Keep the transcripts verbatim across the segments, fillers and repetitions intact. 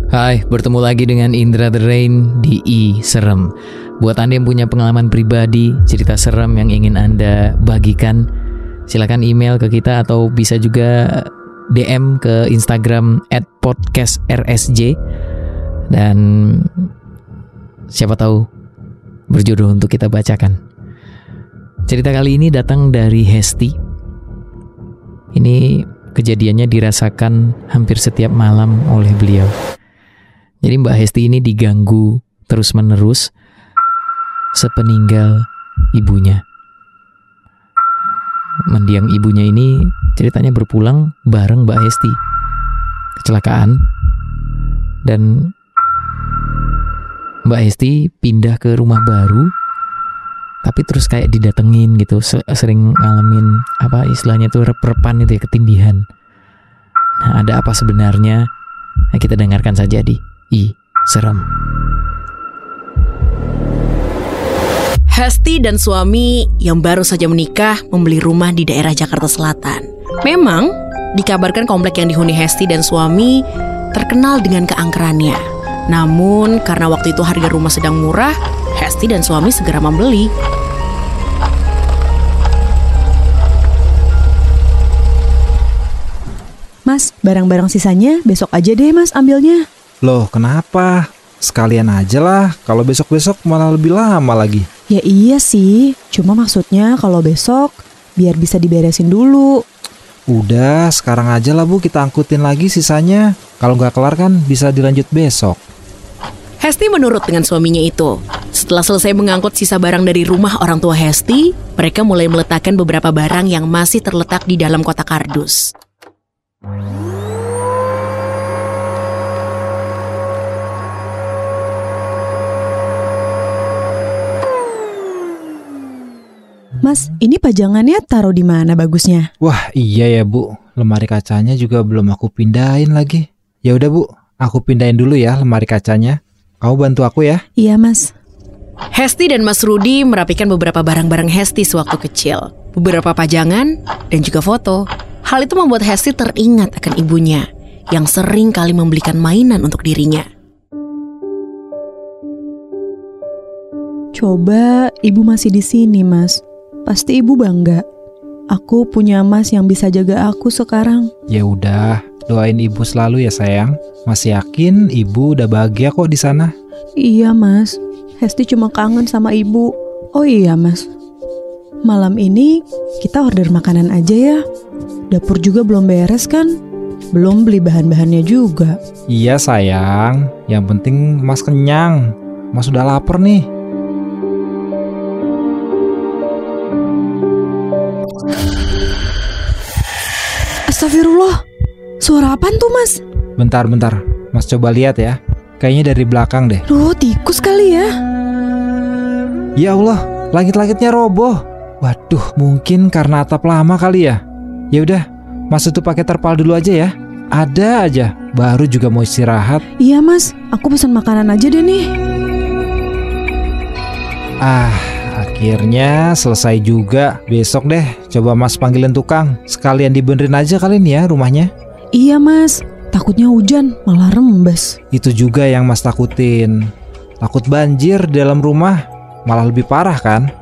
Hai, bertemu lagi dengan Indra The Rain di I Serem. Buat Anda yang punya pengalaman pribadi, cerita serem yang ingin Anda bagikan, silakan email ke kita atau bisa juga D M ke Instagram at podcast R S J. Dan siapa tahu berjodoh untuk kita bacakan. Cerita kali ini datang dari Hesti. Ini kejadiannya dirasakan hampir setiap malam oleh beliau. Jadi Mbak Hesti ini diganggu terus-menerus sepeninggal ibunya. Mendiang ibunya ini ceritanya berpulang bareng Mbak Hesti. Kecelakaan. Dan Mbak Hesti pindah ke rumah baru, tapi terus kayak didatengin gitu, sering ngalamin apa istilahnya tuh rep-repan itu ya, ketindihan. Nah, ada apa sebenarnya? Nah, kita dengarkan saja di I Serem. Hesti dan suami yang baru saja menikah membeli rumah di daerah Jakarta Selatan. Memang dikabarkan komplek yang dihuni Hesti dan suami terkenal dengan keangkerannya. Namun karena waktu itu harga rumah sedang murah, Hesti dan suami segera membeli. Mas, barang-barang sisanya besok aja deh mas ambilnya. Loh, kenapa? Sekalian aja lah, kalau besok-besok malah lebih lama lagi. Ya iya sih, cuma maksudnya kalau besok biar bisa diberesin dulu. Udah, sekarang aja lah Bu, kita angkutin lagi sisanya. Kalau nggak kelar kan bisa dilanjut besok. Hesti menurut dengan suaminya itu. Setelah selesai mengangkut sisa barang dari rumah orang tua Hesti, mereka mulai meletakkan beberapa barang yang masih terletak di dalam kotak kardus. Mas, ini pajangannya taruh di mana bagusnya? Wah, iya ya Bu. Lemari kacanya juga belum aku pindahin lagi. Ya udah Bu, aku pindahin dulu ya lemari kacanya. Kamu bantu aku ya? Iya, Mas. Hesti dan Mas Rudi merapikan beberapa barang-barang Hesti sewaktu kecil. Beberapa pajangan dan juga foto. Hal itu membuat Hesti teringat akan ibunya yang sering kali membelikan mainan untuk dirinya. Coba ibu masih di sini, Mas. Pasti ibu bangga. Aku punya mas yang bisa jaga aku sekarang. Ya udah, doain ibu selalu ya sayang. Mas yakin ibu udah bahagia kok di sana? Iya mas, Hesti cuma kangen sama ibu. Oh iya mas, malam ini kita order makanan aja ya. Dapur juga belum beres kan? Belum beli bahan-bahannya juga. Iya sayang, yang penting mas kenyang. Mas udah lapar nih. Astagfirullah, suara apaan tuh mas? Bentar, bentar, mas coba lihat ya. Kayaknya dari belakang deh. Loh, tikus kali ya? Ya Allah, langit-langitnya roboh. Waduh, mungkin karena atap lama kali ya. Ya udah, mas tutup pakai terpal dulu aja ya. Ada aja, baru juga mau istirahat. Iya mas, aku pesan makanan aja deh nih. Ah, akhirnya selesai juga. Besok deh coba mas panggilin tukang. Sekalian dibenerin aja kali ini ya rumahnya. Iya mas, takutnya hujan malah rembes. Itu juga yang mas takutin. Takut banjir di dalam rumah, malah lebih parah kan?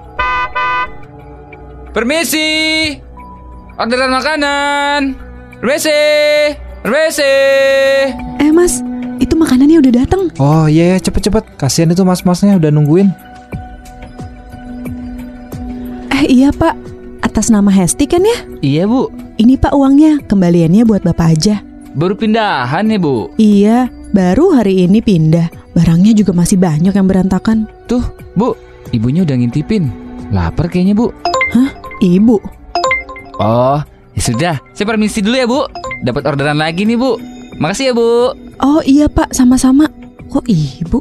Permisi, orderan makanan. Permisi, permisi. Eh mas, itu makanannya udah datang. Oh iya, yeah, cepet-cepet. Kasian itu mas-masnya udah nungguin. Eh iya pak, atas nama Hesti kan ya? Iya bu. Ini pak uangnya, kembaliannya buat bapak aja. Baru pindahan ya bu? Iya, baru hari ini pindah. Barangnya juga masih banyak yang berantakan. Tuh bu, ibunya udah ngintipin. Lapar kayaknya bu. Hah? Ibu? Oh, ya sudah, saya permisi dulu ya bu. Dapat orderan lagi nih bu. Makasih ya bu. Oh iya pak, sama-sama. Kok ibu?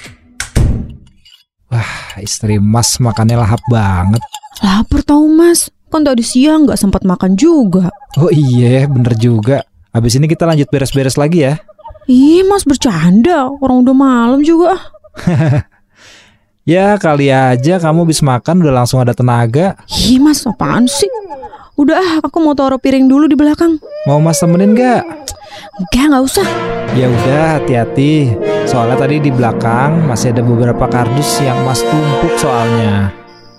Wah, istri mas makannya lahap banget. Lapar tau mas, kan tadi siang gak sempat makan juga. Oh iya, bener juga. Habis ini kita lanjut beres-beres lagi ya. Ih mas bercanda, orang udah malam juga. Ya kali aja kamu habis makan udah langsung ada tenaga. Ih mas, apaan sih? Udah ah, aku mau taruh piring dulu di belakang. Mau mas temenin gak? Enggak, nggak usah. Ya udah, hati-hati. Soalnya tadi di belakang masih ada beberapa kardus yang Mas tumpuk soalnya.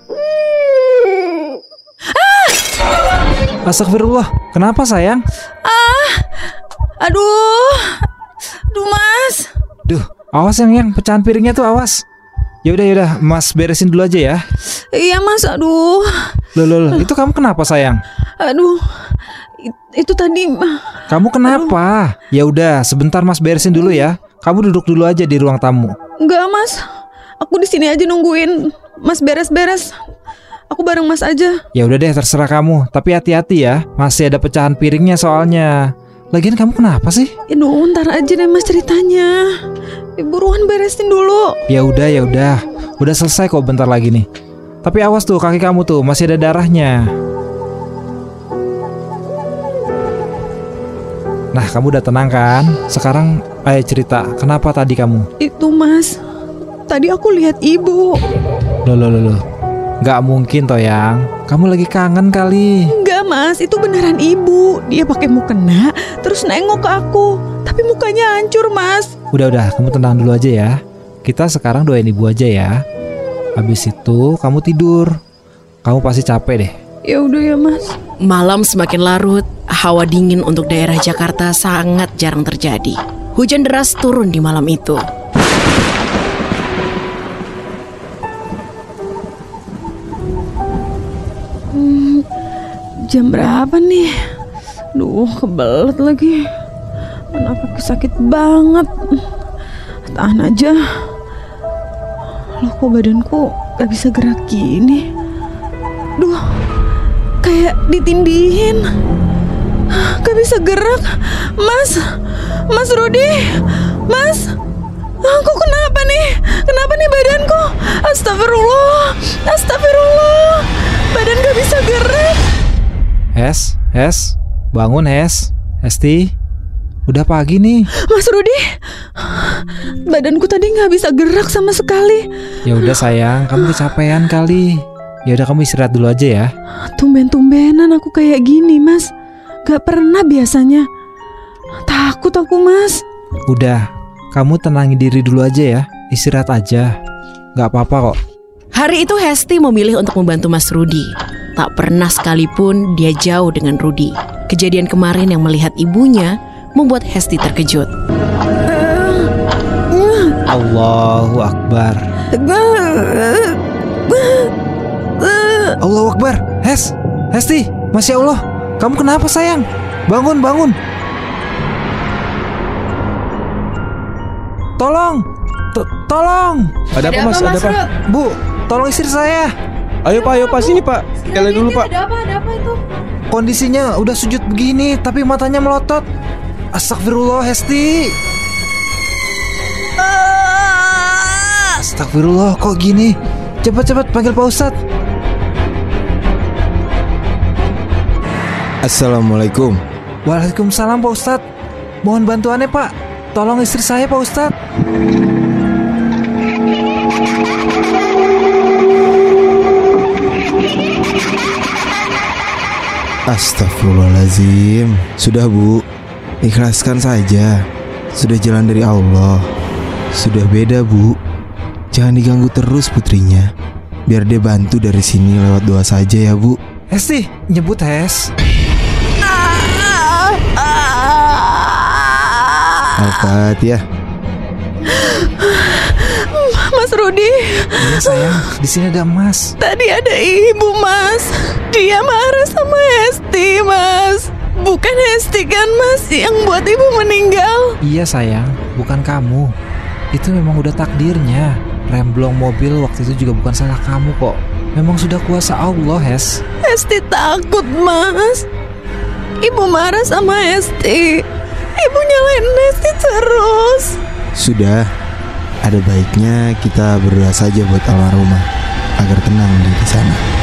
Ah! Astagfirullah, kenapa sayang? Ah, aduh, aduh Mas. Duh, awas yang yang pecahan piringnya tuh awas. Yaudah yaudah, Mas beresin dulu aja ya. Iya Mas, aduh. Loh loh, loh. Itu kamu kenapa sayang? Aduh, it- itu tadi. Kamu kenapa? Ya udah, sebentar Mas beresin dulu ya. Kamu duduk dulu aja di ruang tamu. Enggak Mas, aku di sini aja nungguin Mas beres-beres. Aku bareng Mas aja. Ya udah deh, terserah kamu. Tapi hati-hati ya, masih ada pecahan piringnya soalnya. Lagian kamu kenapa sih? Aduh, ntar aja deh Mas ceritanya. Ya, buruan beresin dulu. Ya udah ya udah, udah selesai kok bentar lagi nih. Tapi awas tuh kaki kamu tuh masih ada darahnya. Nah, kamu udah tenang kan? Sekarang ayo cerita, kenapa tadi kamu? Itu Mas, tadi aku lihat ibu. Loh loh loh loh. Gak mungkin toh yang, kamu lagi kangen kali. Enggak Mas, itu beneran ibu. Dia pakai mukena, terus nengok ke aku. Tapi mukanya hancur Mas. Udah udah, kamu tenang dulu aja ya. Kita sekarang doain ibu aja ya. Habis itu kamu tidur. Kamu pasti capek deh. Ya udah ya Mas. Malam semakin larut, hawa dingin untuk daerah Jakarta sangat jarang terjadi. Hujan deras turun di malam itu. Hmm, jam berapa nih? Duh, kebelet lagi. Mana kaki sakit banget. Tahan aja. Loh, kok badanku gak bisa gerak gini? Duh, kayak ditindihin. Gak bisa gerak. Mas, Mas Rudi, Mas, aku kenapa nih? Kenapa nih badanku? Astagfirullah, astagfirullah. Badan gak bisa gerak. Hes, Hes, bangun Hes. Hesti, udah pagi nih. Mas Rudi, badanku tadi gak bisa gerak sama sekali. Ya udah sayang, kamu kecapean kali. Ya udah kamu istirahat dulu aja ya. Tumben-tumbenan aku kayak gini Mas. Gak pernah biasanya. Takut aku Mas. Udah, kamu tenangin diri dulu aja ya. Istirahat aja, gak apa-apa kok. Hari itu Hesti memilih untuk membantu Mas Rudi. Tak pernah sekalipun dia jauh dengan Rudi. Kejadian kemarin yang melihat ibunya membuat Hesti terkejut. Allahu Akbar. Allahu Akbar. Hes, Hesti, Masya Allah. Kamu kenapa sayang? Bangun, bangun. Tolong, To- tolong. Ada apa mas? Ada apa? Bu, tolong istri saya. Ayo pak, ayo pak, sini pak. Kita lihat dulu pak. Ada apa? Ada apa itu? Kondisinya udah sujud begini, tapi matanya melotot. Astagfirullah, Hesti. Astagfirullah, kok gini? Cepat-cepat panggil Pak Ustadz. Assalamualaikum. Waalaikumsalam Pak Ustadz. Mohon bantuannya Pak. Tolong istri saya Pak Ustadz. Astagfirullahaladzim. Sudah bu, ikhlaskan saja. Sudah jalan dari Allah. Sudah beda bu. Jangan diganggu terus putrinya. Biar dia bantu dari sini lewat doa saja ya bu. Hesti, nyebut Hes. Al-Fatihah. Mas Rudi, Iya sayang, di sini ada Mas. tadi ada ibu Mas. Dia marah sama Hesti Mas. Bukan Hesti kan Mas yang buat ibu meninggal. Iya sayang, bukan kamu. Itu memang udah takdirnya. Remblong mobil waktu itu juga bukan salah kamu kok. Memang sudah kuasa Allah, Hes. Hesti takut Mas. Ibu marah sama Hesti. Ibu nyalain Hesti terus. Sudah, ada baiknya kita berdoa saja buat almarhumah agar tenang di sana.